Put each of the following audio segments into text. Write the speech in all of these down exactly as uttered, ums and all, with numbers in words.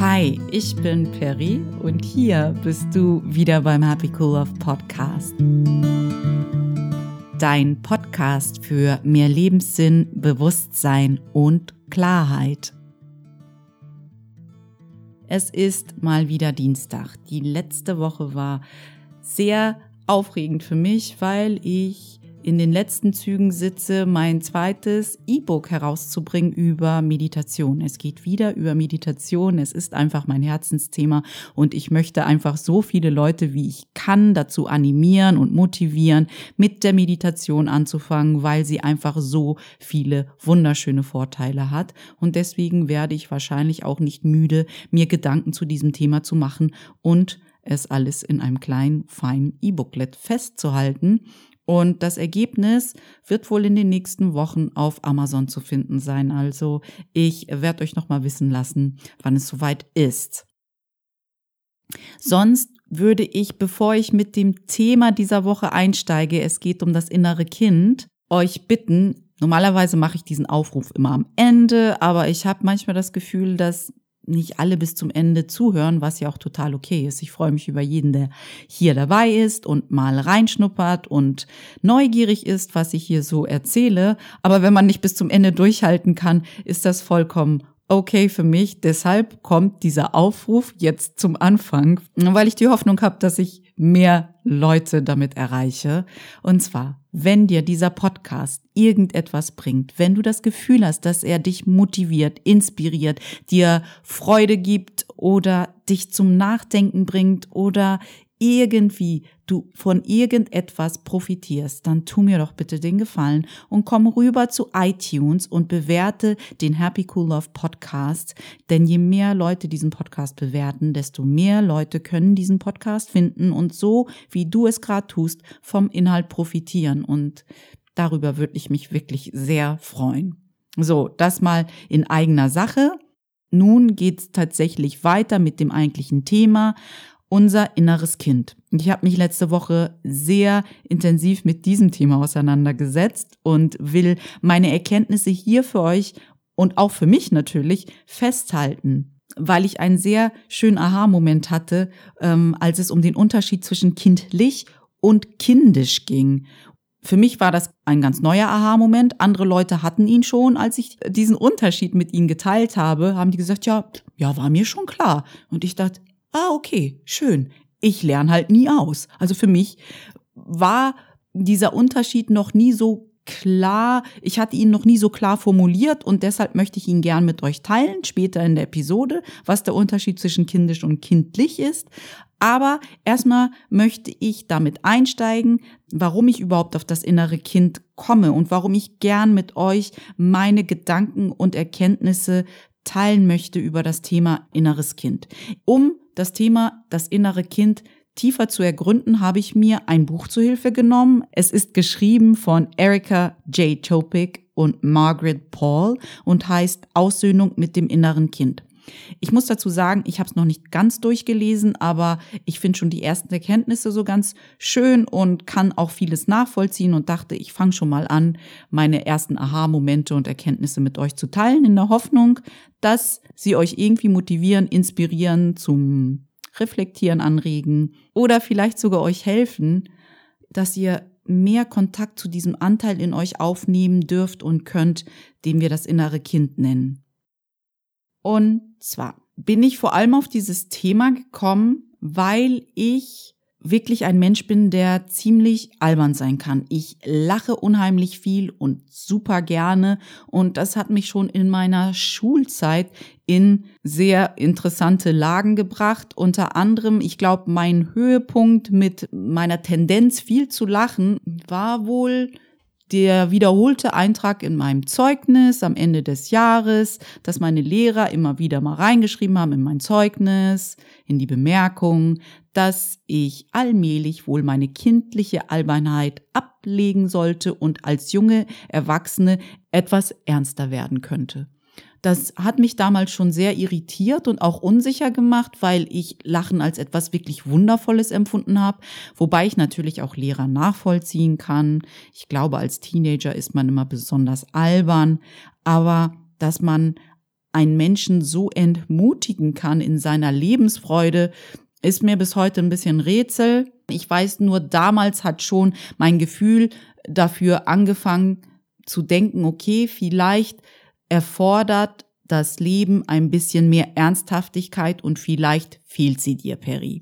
Hi, ich bin Peri und hier bist du wieder beim Happy Cool Love Podcast. Dein Podcast für mehr Lebenssinn, Bewusstsein und Klarheit. Es ist mal wieder Dienstag. Die letzte Woche war sehr aufregend für mich, weil ich in den letzten Zügen sitze, mein zweites E-Book herauszubringen über Meditation. Es geht wieder über Meditation. Es ist einfach mein Herzensthema und ich möchte einfach so viele Leute, wie ich kann, dazu animieren und motivieren, mit der Meditation anzufangen, weil sie einfach so viele wunderschöne Vorteile hat. Und deswegen werde ich wahrscheinlich auch nicht müde, mir Gedanken zu diesem Thema zu machen und es alles in einem kleinen, feinen E-Booklet festzuhalten. Und das Ergebnis wird wohl in den nächsten Wochen auf Amazon zu finden sein. Also ich werde euch nochmal wissen lassen, wann es soweit ist. Sonst würde ich, bevor ich mit dem Thema dieser Woche einsteige, es geht um das innere Kind, euch bitten, normalerweise mache ich diesen Aufruf immer am Ende, aber ich habe manchmal das Gefühl, dass nicht alle bis zum Ende zuhören, was ja auch total okay ist. Ich freue mich über jeden, der hier dabei ist und mal reinschnuppert und neugierig ist, was ich hier so erzähle. Aber wenn man nicht bis zum Ende durchhalten kann, ist das vollkommen okay für mich. Deshalb kommt dieser Aufruf jetzt zum Anfang, weil ich die Hoffnung habe, dass ich mehr Leute damit erreiche. Und zwar, wenn dir dieser Podcast irgendetwas bringt, wenn du das Gefühl hast, dass er dich motiviert, inspiriert, dir Freude gibt oder dich zum Nachdenken bringt oder irgendwie du von irgendetwas profitierst, dann tu mir doch bitte den Gefallen und komm rüber zu iTunes und bewerte den Happy Cool Love Podcast, denn je mehr Leute diesen Podcast bewerten, desto mehr Leute können diesen Podcast finden und so, wie du es gerade tust, vom Inhalt profitieren und darüber würde ich mich wirklich sehr freuen. So, das mal in eigener Sache. Nun geht's tatsächlich weiter mit dem eigentlichen Thema. Unser inneres Kind. Ich habe mich letzte Woche sehr intensiv mit diesem Thema auseinandergesetzt und will meine Erkenntnisse hier für euch und auch für mich natürlich festhalten, weil ich einen sehr schönen Aha-Moment hatte, ähm, als es um den Unterschied zwischen kindlich und kindisch ging. Für mich war das ein ganz neuer Aha-Moment. Andere Leute hatten ihn schon. Als ich diesen Unterschied mit ihnen geteilt habe, haben die gesagt, ja, ja, war mir schon klar. Und ich dachte, ah, okay, schön. Ich lerne halt nie aus. Also für mich war dieser Unterschied noch nie so klar. Ich hatte ihn noch nie so klar formuliert und deshalb möchte ich ihn gern mit euch teilen, später in der Episode, was der Unterschied zwischen kindisch und kindlich ist. Aber erstmal möchte ich damit einsteigen, warum ich überhaupt auf das innere Kind komme und warum ich gern mit euch meine Gedanken und Erkenntnisse teilen möchte über das Thema inneres Kind. Um das Thema das innere Kind tiefer zu ergründen, habe ich mir ein Buch zu Hilfe genommen. Es ist geschrieben von Erica J. Topik und Margaret Paul und heißt Aussöhnung mit dem inneren Kind. Ich muss dazu sagen, ich habe es noch nicht ganz durchgelesen, aber ich finde schon die ersten Erkenntnisse so ganz schön und kann auch vieles nachvollziehen und dachte, ich fange schon mal an, meine ersten Aha-Momente und Erkenntnisse mit euch zu teilen, in der Hoffnung, dass sie euch irgendwie motivieren, inspirieren, zum Reflektieren anregen oder vielleicht sogar euch helfen, dass ihr mehr Kontakt zu diesem Anteil in euch aufnehmen dürft und könnt, den wir das innere Kind nennen. Und zwar bin ich vor allem auf dieses Thema gekommen, weil ich wirklich ein Mensch bin, der ziemlich albern sein kann. Ich lache unheimlich viel und super gerne und das hat mich schon in meiner Schulzeit in sehr interessante Lagen gebracht. Unter anderem, ich glaube, mein Höhepunkt mit meiner Tendenz viel zu lachen war wohl der wiederholte Eintrag in meinem Zeugnis am Ende des Jahres, dass meine Lehrer immer wieder mal reingeschrieben haben in mein Zeugnis, in die Bemerkung, dass ich allmählich wohl meine kindliche Albernheit ablegen sollte und als junge Erwachsene etwas ernster werden könnte. Das hat mich damals schon sehr irritiert und auch unsicher gemacht, weil ich Lachen als etwas wirklich Wundervolles empfunden habe, wobei ich natürlich auch Lehrer nachvollziehen kann. Ich glaube, als Teenager ist man immer besonders albern, aber dass man einen Menschen so entmutigen kann in seiner Lebensfreude, ist mir bis heute ein bisschen Rätsel. Ich weiß nur, damals hat schon mein Gefühl dafür angefangen zu denken, okay, vielleicht erfordert das Leben ein bisschen mehr Ernsthaftigkeit und vielleicht fehlt sie dir, Peri.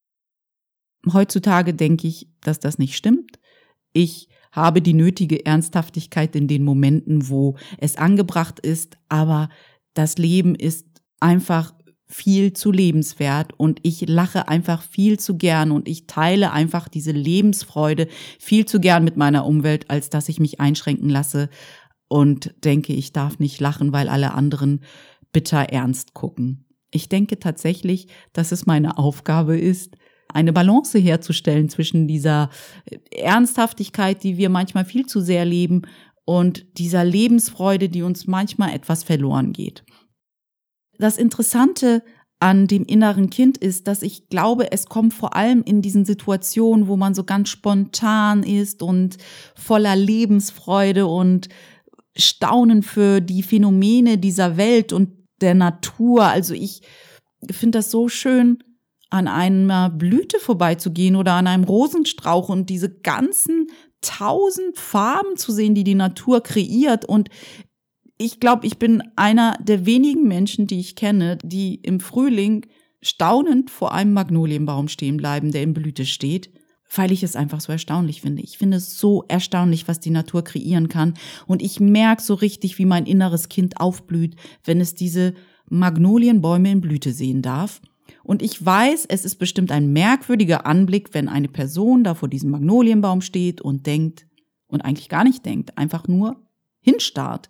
Heutzutage denke ich, dass das nicht stimmt. Ich habe die nötige Ernsthaftigkeit in den Momenten, wo es angebracht ist, aber das Leben ist einfach viel zu lebenswert und ich lache einfach viel zu gern und ich teile einfach diese Lebensfreude viel zu gern mit meiner Umwelt, als dass ich mich einschränken lasse und denke, ich darf nicht lachen, weil alle anderen bitter ernst gucken. Ich denke tatsächlich, dass es meine Aufgabe ist, eine Balance herzustellen zwischen dieser Ernsthaftigkeit, die wir manchmal viel zu sehr leben, und dieser Lebensfreude, die uns manchmal etwas verloren geht. Das Interessante an dem inneren Kind ist, dass ich glaube, es kommt vor allem in diesen Situationen, wo man so ganz spontan ist und voller Lebensfreude und Staunen für die Phänomene dieser Welt und der Natur. Also ich finde das so schön, an einer Blüte vorbeizugehen oder an einem Rosenstrauch und diese ganzen tausend Farben zu sehen, die die Natur kreiert. Und ich glaube, ich bin einer der wenigen Menschen, die ich kenne, die im Frühling staunend vor einem Magnolienbaum stehen bleiben, der in Blüte steht, weil ich es einfach so erstaunlich finde. Ich finde es so erstaunlich, was die Natur kreieren kann. Und ich merke so richtig, wie mein inneres Kind aufblüht, wenn es diese Magnolienbäume in Blüte sehen darf. Und ich weiß, es ist bestimmt ein merkwürdiger Anblick, wenn eine Person da vor diesem Magnolienbaum steht und denkt und eigentlich gar nicht denkt, einfach nur hinstarrt.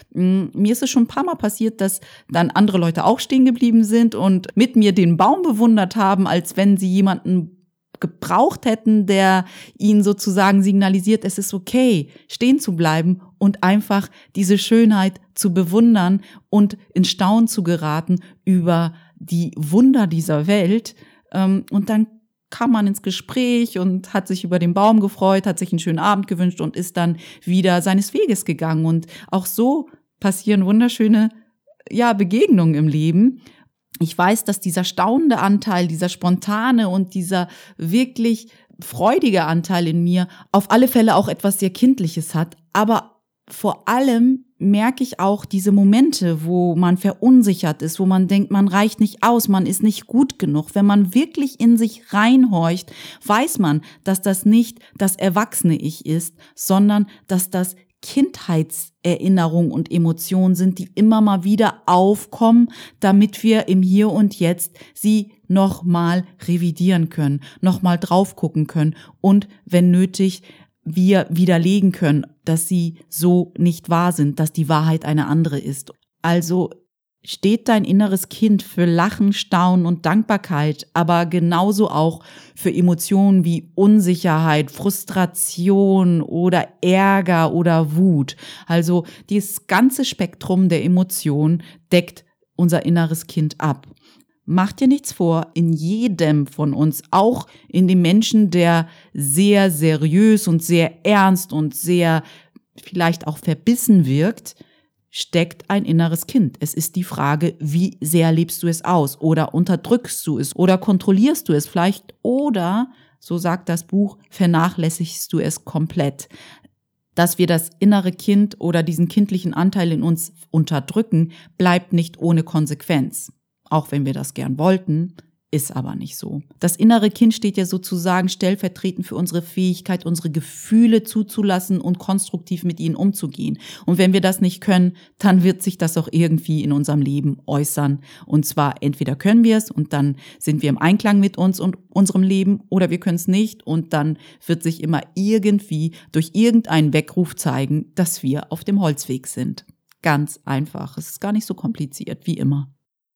Mir ist es schon ein paar Mal passiert, dass dann andere Leute auch stehen geblieben sind und mit mir den Baum bewundert haben, als wenn sie jemanden gebraucht hätten, der ihnen sozusagen signalisiert, es ist okay, stehen zu bleiben und einfach diese Schönheit zu bewundern und in Staunen zu geraten über die Wunder dieser Welt. Und dann kam man ins Gespräch und hat sich über den Baum gefreut, hat sich einen schönen Abend gewünscht und ist dann wieder seines Weges gegangen. Und auch so passieren wunderschöne, ja, Begegnungen im Leben. Ich weiß, dass dieser staunende Anteil, dieser spontane und dieser wirklich freudige Anteil in mir auf alle Fälle auch etwas sehr Kindliches hat. Aber vor allem merke ich auch diese Momente, wo man verunsichert ist, wo man denkt, man reicht nicht aus, man ist nicht gut genug. Wenn man wirklich in sich reinhorcht, weiß man, dass das nicht das erwachsene Ich ist, sondern dass das Kindheitserinnerungen und Emotionen sind, die immer mal wieder aufkommen, damit wir im Hier und Jetzt sie nochmal revidieren können, nochmal drauf gucken können und, wenn nötig, wir widerlegen können, dass sie so nicht wahr sind, dass die Wahrheit eine andere ist. Also steht dein inneres Kind für Lachen, Staunen und Dankbarkeit, aber genauso auch für Emotionen wie Unsicherheit, Frustration oder Ärger oder Wut. Also dieses ganze Spektrum der Emotionen deckt unser inneres Kind ab. Mach dir nichts vor, in jedem von uns, auch in dem Menschen, der sehr seriös und sehr ernst und sehr vielleicht auch verbissen wirkt, steckt ein inneres Kind. Es ist die Frage, wie sehr lebst du es aus oder unterdrückst du es oder kontrollierst du es vielleicht oder, so sagt das Buch, vernachlässigst du es komplett. Dass wir das innere Kind oder diesen kindlichen Anteil in uns unterdrücken, bleibt nicht ohne Konsequenz. Auch wenn wir das gern wollten, ist aber nicht so. Das innere Kind steht ja sozusagen stellvertretend für unsere Fähigkeit, unsere Gefühle zuzulassen und konstruktiv mit ihnen umzugehen. Und wenn wir das nicht können, dann wird sich das auch irgendwie in unserem Leben äußern. Und zwar entweder können wir es und dann sind wir im Einklang mit uns und unserem Leben, oder wir können es nicht und dann wird sich immer irgendwie durch irgendeinen Weckruf zeigen, dass wir auf dem Holzweg sind. Ganz einfach. Es ist gar nicht so kompliziert, wie immer.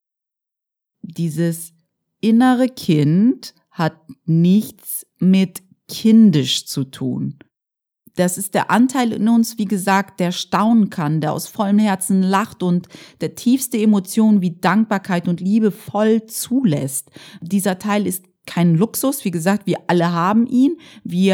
Dieses innere Kind hat nichts mit kindisch zu tun. Das ist der Anteil in uns, wie gesagt, der staunen kann, der aus vollem Herzen lacht und der tiefste Emotionen wie Dankbarkeit und Liebe voll zulässt. Dieser Teil ist kein Luxus, wie gesagt, wir alle haben ihn. Wir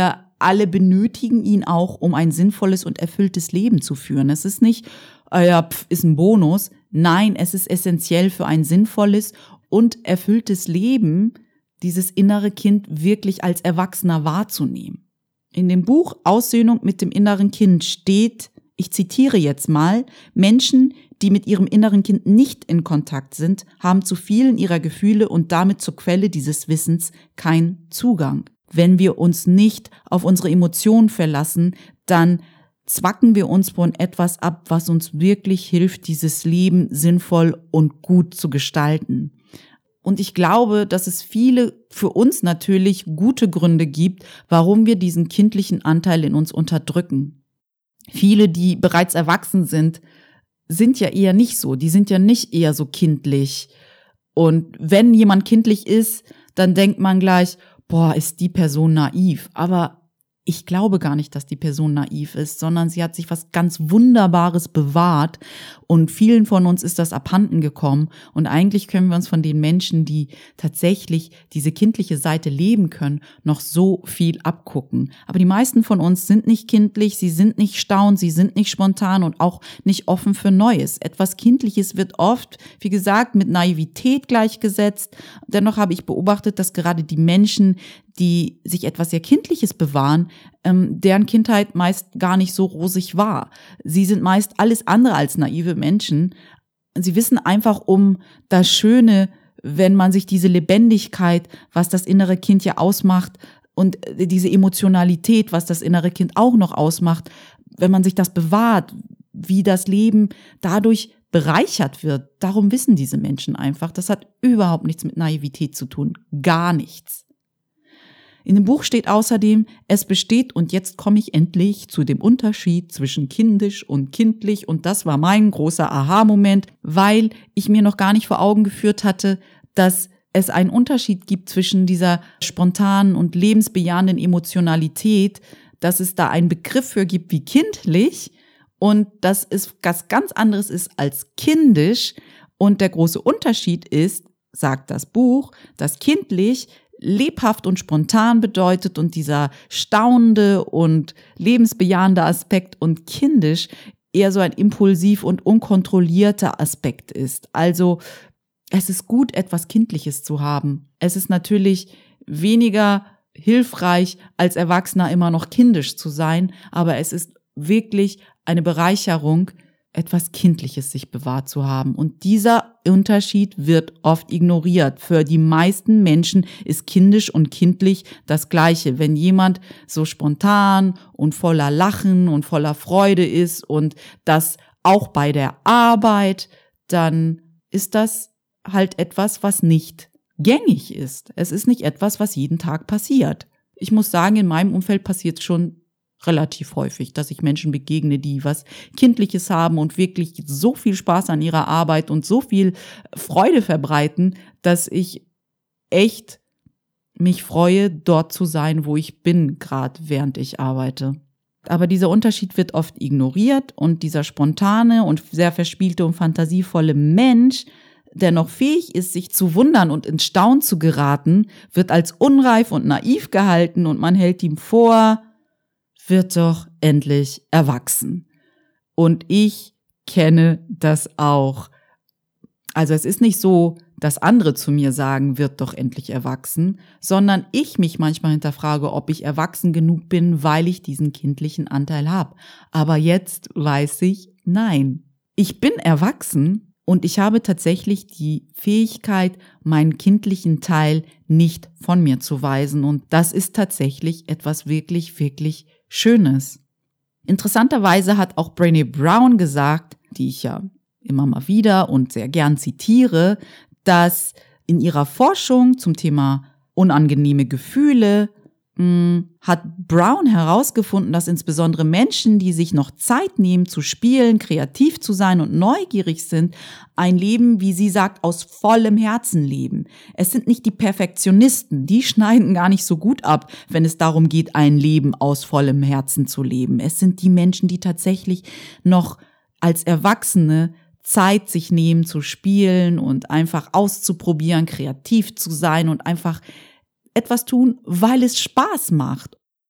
alle benötigen ihn auch, um ein sinnvolles und erfülltes Leben zu führen. Es ist nicht, äh, ja, pf, ist ein Bonus. Nein, es ist essentiell für ein sinnvolles und erfülltes Leben, dieses innere Kind wirklich als Erwachsener wahrzunehmen. In dem Buch Aussöhnung mit dem inneren Kind steht, ich zitiere jetzt mal, Menschen, die mit ihrem inneren Kind nicht in Kontakt sind, haben zu vielen ihrer Gefühle und damit zur Quelle dieses Wissens keinen Zugang. Wenn wir uns nicht auf unsere Emotionen verlassen, dann zwacken wir uns von etwas ab, was uns wirklich hilft, dieses Leben sinnvoll und gut zu gestalten. Und ich glaube, dass es viele, für uns natürlich, gute Gründe gibt, warum wir diesen kindlichen Anteil in uns unterdrücken. Viele, die bereits erwachsen sind, sind ja eher nicht so. Die sind ja nicht eher so kindlich. Und wenn jemand kindlich ist, dann denkt man gleich, boah, ist die Person naiv. Aber ich glaube gar nicht, dass die Person naiv ist, sondern sie hat sich was ganz Wunderbares bewahrt und vielen von uns ist das abhanden gekommen und eigentlich können wir uns von den Menschen, die tatsächlich diese kindliche Seite leben können, noch so viel abgucken. Aber die meisten von uns sind nicht kindlich, sie sind nicht staunend, sie sind nicht spontan und auch nicht offen für Neues. Etwas Kindliches wird oft, wie gesagt, mit Naivität gleichgesetzt. Dennoch habe ich beobachtet, dass gerade die Menschen, die sich etwas sehr Kindliches bewahren, ähm, deren Kindheit meist gar nicht so rosig war. Sie sind meist alles andere als naive Menschen. Sie wissen einfach um das Schöne, wenn man sich diese Lebendigkeit, was das innere Kind ja ausmacht, und diese Emotionalität, was das innere Kind auch noch ausmacht, wenn man sich das bewahrt, wie das Leben dadurch bereichert wird. Darum wissen diese Menschen einfach. Das hat überhaupt nichts mit Naivität zu tun. Gar nichts. In dem Buch steht außerdem, es besteht, und jetzt komme ich endlich zu dem Unterschied zwischen kindisch und kindlich, und das war mein großer Aha-Moment, weil ich mir noch gar nicht vor Augen geführt hatte, dass es einen Unterschied gibt zwischen dieser spontanen und lebensbejahenden Emotionalität, dass es da einen Begriff für gibt wie kindlich und dass es was ganz anderes ist als kindisch. Und der große Unterschied ist, sagt das Buch, dass kindlich lebhaft und spontan bedeutet und dieser staunende und lebensbejahende Aspekt und kindisch eher so ein impulsiv und unkontrollierter Aspekt ist. Also es ist gut, etwas Kindliches zu haben. Es ist natürlich weniger hilfreich, als Erwachsener immer noch kindisch zu sein, aber es ist wirklich eine Bereicherung, etwas Kindliches sich bewahrt zu haben. Und dieser Unterschied wird oft ignoriert. Für die meisten Menschen ist kindisch und kindlich das Gleiche. Wenn jemand so spontan und voller Lachen und voller Freude ist und das auch bei der Arbeit, dann ist das halt etwas, was nicht gängig ist. Es ist nicht etwas, was jeden Tag passiert. Ich muss sagen, in meinem Umfeld passiert es schon relativ häufig, dass ich Menschen begegne, die was Kindliches haben und wirklich so viel Spaß an ihrer Arbeit und so viel Freude verbreiten, dass ich echt mich freue, dort zu sein, wo ich bin, gerade während ich arbeite. Aber dieser Unterschied wird oft ignoriert und dieser spontane und sehr verspielte und fantasievolle Mensch, der noch fähig ist, sich zu wundern und ins Staunen zu geraten, wird als unreif und naiv gehalten und man hält ihm vor, wird doch endlich erwachsen. Und ich kenne das auch. Also es ist nicht so, dass andere zu mir sagen, wird doch endlich erwachsen, sondern ich mich manchmal hinterfrage, ob ich erwachsen genug bin, weil ich diesen kindlichen Anteil habe. Aber jetzt weiß ich, nein. Ich bin erwachsen und ich habe tatsächlich die Fähigkeit, meinen kindlichen Teil nicht von mir zu weisen. Und das ist tatsächlich etwas wirklich, wirklich Schönes. Interessanterweise hat auch Brené Brown gesagt, die ich ja immer mal wieder und sehr gern zitiere, dass in ihrer Forschung zum Thema unangenehme Gefühle mh, hat Brown herausgefunden, dass insbesondere Menschen, die sich noch Zeit nehmen zu spielen, kreativ zu sein und neugierig sind, ein Leben, wie sie sagt, aus vollem Herzen leben. Es sind nicht die Perfektionisten, die schneiden gar nicht so gut ab, wenn es darum geht, ein Leben aus vollem Herzen zu leben. Es sind die Menschen, die tatsächlich noch als Erwachsene Zeit sich nehmen zu spielen und einfach auszuprobieren, kreativ zu sein und einfach etwas tun, weil es Spaß macht.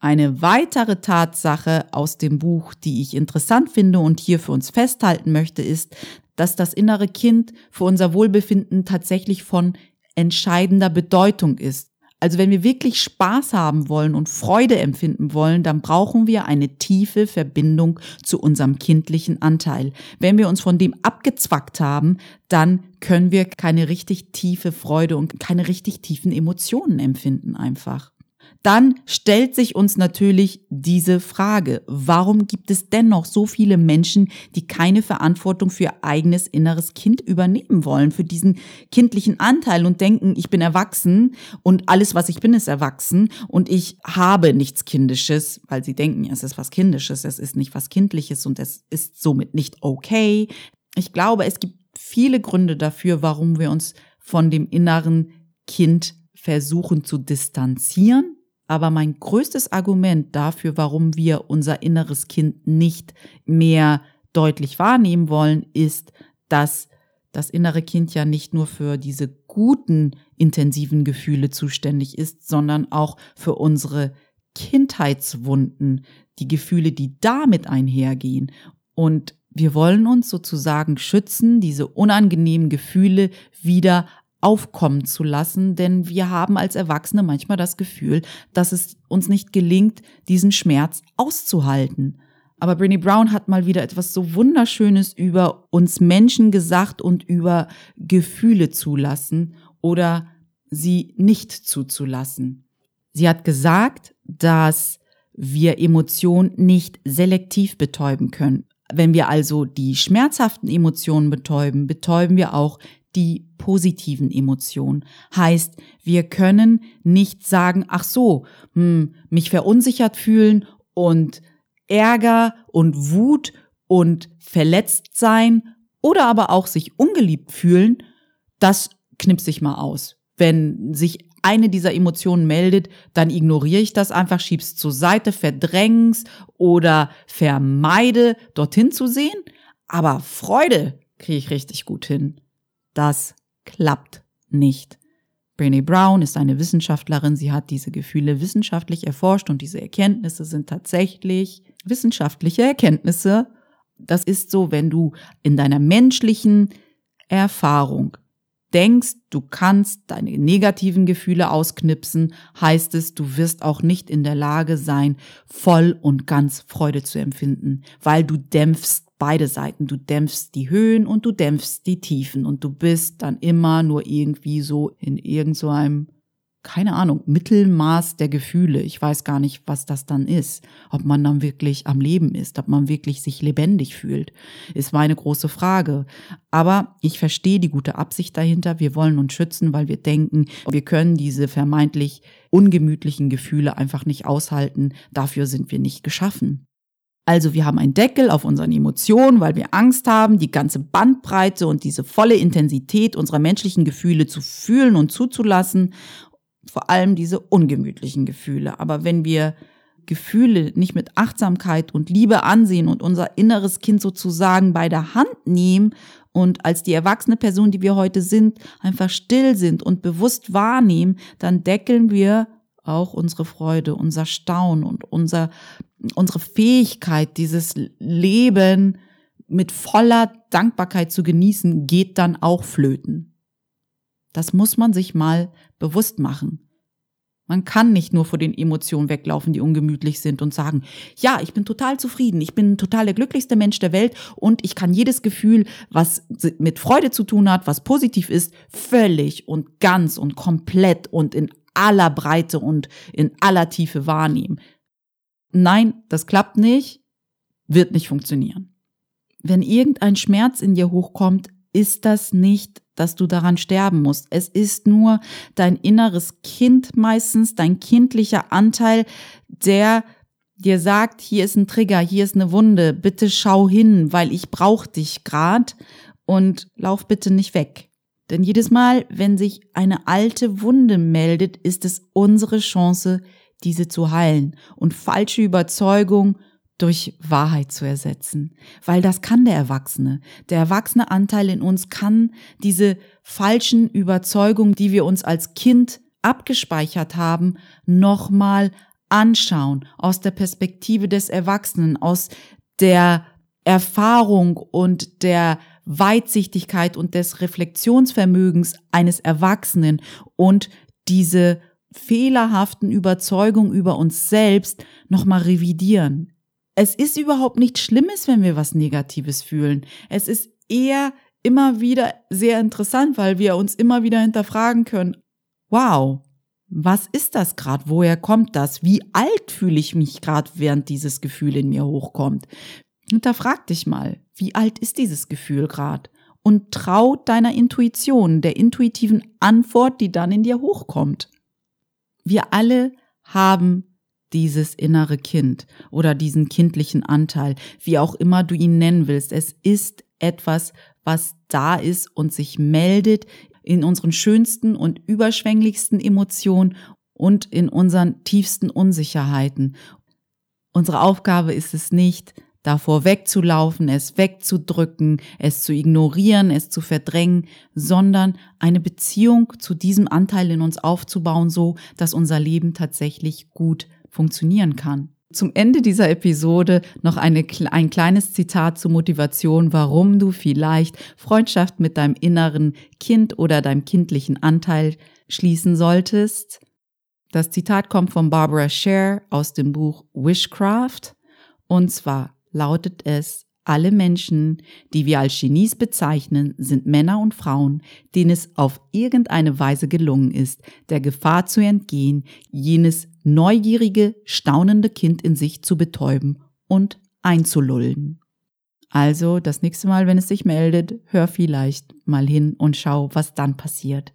Eine weitere Tatsache aus dem Buch, die ich interessant finde und hier für uns festhalten möchte, ist, dass das innere Kind für unser Wohlbefinden tatsächlich von entscheidender Bedeutung ist. Also wenn wir wirklich Spaß haben wollen und Freude empfinden wollen, dann brauchen wir eine tiefe Verbindung zu unserem kindlichen Anteil. Wenn wir uns von dem abgezwackt haben, dann können wir keine richtig tiefe Freude und keine richtig tiefen Emotionen empfinden einfach. Dann stellt sich uns natürlich diese Frage: Warum gibt es dennoch so viele Menschen, die keine Verantwortung für ihr eigenes inneres Kind übernehmen wollen, für diesen kindlichen Anteil und denken, ich bin erwachsen und alles, was ich bin, ist erwachsen und ich habe nichts Kindisches, weil sie denken, es ist was Kindisches, es ist nicht was Kindliches und es ist somit nicht okay. Ich glaube, es gibt viele Gründe dafür, warum wir uns von dem inneren Kind versuchen zu distanzieren. Aber mein größtes Argument dafür, warum wir unser inneres Kind nicht mehr deutlich wahrnehmen wollen, ist, dass das innere Kind ja nicht nur für diese guten, intensiven Gefühle zuständig ist, sondern auch für unsere Kindheitswunden, die Gefühle, die damit einhergehen. Und wir wollen uns sozusagen schützen, diese unangenehmen Gefühle wieder aufkommen zu lassen, denn wir haben als Erwachsene manchmal das Gefühl, dass es uns nicht gelingt, diesen Schmerz auszuhalten. Aber Brené Brown hat mal wieder etwas so Wunderschönes über uns Menschen gesagt und über Gefühle zulassen oder sie nicht zuzulassen. Sie hat gesagt, dass wir Emotionen nicht selektiv betäuben können. Wenn wir also die schmerzhaften Emotionen betäuben, betäuben wir auch die positiven Emotionen. Heißt, wir können nicht sagen, ach so, hm, mich verunsichert fühlen und Ärger und Wut und verletzt sein oder aber auch sich ungeliebt fühlen, das knipse ich mal aus. Wenn sich eine dieser Emotionen meldet, dann ignoriere ich das einfach, schieb's zur Seite, verdräng's oder vermeide, dorthin zu sehen. Aber Freude kriege ich richtig gut hin. Das klappt nicht. Brené Brown ist eine Wissenschaftlerin. Sie hat diese Gefühle wissenschaftlich erforscht und diese Erkenntnisse sind tatsächlich wissenschaftliche Erkenntnisse. Das ist so, wenn du in deiner menschlichen Erfahrung denkst, du kannst deine negativen Gefühle ausknipsen, heißt es, du wirst auch nicht in der Lage sein, voll und ganz Freude zu empfinden, weil du dämpfst beide Seiten. Du dämpfst die Höhen und du dämpfst die Tiefen und du bist dann immer nur irgendwie so in irgend so einem, keine Ahnung, Mittelmaß der Gefühle. Ich weiß gar nicht, was das dann ist. Ob man dann wirklich am Leben ist, ob man wirklich sich lebendig fühlt, ist meine große Frage. Aber ich verstehe die gute Absicht dahinter. Wir wollen uns schützen, weil wir denken, wir können diese vermeintlich ungemütlichen Gefühle einfach nicht aushalten. Dafür sind wir nicht geschaffen. Also wir haben einen Deckel auf unseren Emotionen, weil wir Angst haben, die ganze Bandbreite und diese volle Intensität unserer menschlichen Gefühle zu fühlen und zuzulassen, vor allem diese ungemütlichen Gefühle. Aber wenn wir Gefühle nicht mit Achtsamkeit und Liebe ansehen und unser inneres Kind sozusagen bei der Hand nehmen und als die erwachsene Person, die wir heute sind, einfach still sind und bewusst wahrnehmen, dann deckeln wir auch unsere Freude, unser Staunen und unser, unsere Fähigkeit, dieses Leben mit voller Dankbarkeit zu genießen, geht dann auch flöten. Das muss man sich mal bewusst machen. Man kann nicht nur vor den Emotionen weglaufen, die ungemütlich sind und sagen, ja, ich bin total zufrieden, ich bin total der glücklichste Mensch der Welt und ich kann jedes Gefühl, was mit Freude zu tun hat, was positiv ist, völlig und ganz und komplett und in aller Breite und in aller Tiefe wahrnehmen. Nein, das klappt nicht, wird nicht funktionieren. Wenn irgendein Schmerz in dir hochkommt, ist das nicht, dass du daran sterben musst. Es ist nur dein inneres Kind meistens, dein kindlicher Anteil, der dir sagt, hier ist ein Trigger, hier ist eine Wunde, bitte schau hin, weil ich brauche dich grad und lauf bitte nicht weg. Denn jedes Mal, wenn sich eine alte Wunde meldet, ist es unsere Chance, diese zu heilen und falsche Überzeugung durch Wahrheit zu ersetzen. Weil das kann der Erwachsene. Der erwachsene Anteil in uns kann diese falschen Überzeugungen, die wir uns als Kind abgespeichert haben, nochmal anschauen aus der Perspektive des Erwachsenen, aus der Erfahrung und der Weitsichtigkeit und des Reflexionsvermögens eines Erwachsenen und diese fehlerhaften Überzeugungen über uns selbst nochmal revidieren. Es ist überhaupt nichts Schlimmes, wenn wir was Negatives fühlen. Es ist eher immer wieder sehr interessant, weil wir uns immer wieder hinterfragen können, wow, was ist das gerade? Woher kommt das? Wie alt fühle ich mich gerade, während dieses Gefühl in mir hochkommt? Hinterfrag dich mal, wie alt ist dieses Gefühl gerade? Und trau deiner Intuition, der intuitiven Antwort, die dann in dir hochkommt. Wir alle haben dieses innere Kind oder diesen kindlichen Anteil, wie auch immer du ihn nennen willst. Es ist etwas, was da ist und sich meldet in unseren schönsten und überschwänglichsten Emotionen und in unseren tiefsten Unsicherheiten. Unsere Aufgabe ist es nicht, davor wegzulaufen, es wegzudrücken, es zu ignorieren, es zu verdrängen, sondern eine Beziehung zu diesem Anteil in uns aufzubauen, so dass unser Leben tatsächlich gut funktionieren kann. Zum Ende dieser Episode noch eine, ein kleines Zitat zur Motivation, warum du vielleicht Freundschaft mit deinem inneren Kind oder deinem kindlichen Anteil schließen solltest. Das Zitat kommt von Barbara Sher aus dem Buch Wishcraft und zwar lautet es: Alle Menschen, die wir als Genies bezeichnen, sind Männer und Frauen, denen es auf irgendeine Weise gelungen ist, der Gefahr zu entgehen, jenes neugierige, staunende Kind in sich zu betäuben und einzulullen. Also das nächste Mal, wenn es sich meldet, hör vielleicht mal hin und schau, was dann passiert.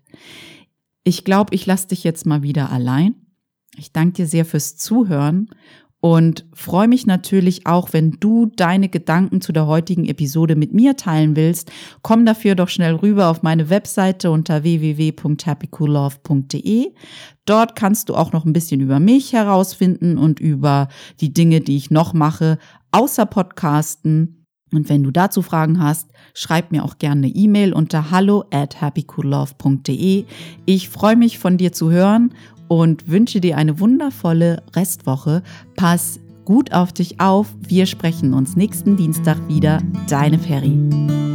Ich glaube, ich lasse dich jetzt mal wieder allein. Ich danke dir sehr fürs Zuhören. Und freue mich natürlich auch, wenn du deine Gedanken zu der heutigen Episode mit mir teilen willst. Komm dafür doch schnell rüber auf meine Webseite unter w w w punkt happy cool love punkt d e. Dort kannst du auch noch ein bisschen über mich herausfinden und über die Dinge, die ich noch mache, außer Podcasten. Und wenn du dazu Fragen hast, schreib mir auch gerne eine E-Mail unter hallo at happy cool love punkt d e. Ich freue mich, von dir zu hören und wünsche dir eine wundervolle Restwoche. Pass gut auf dich auf. Wir sprechen uns nächsten Dienstag wieder. Deine Ferry.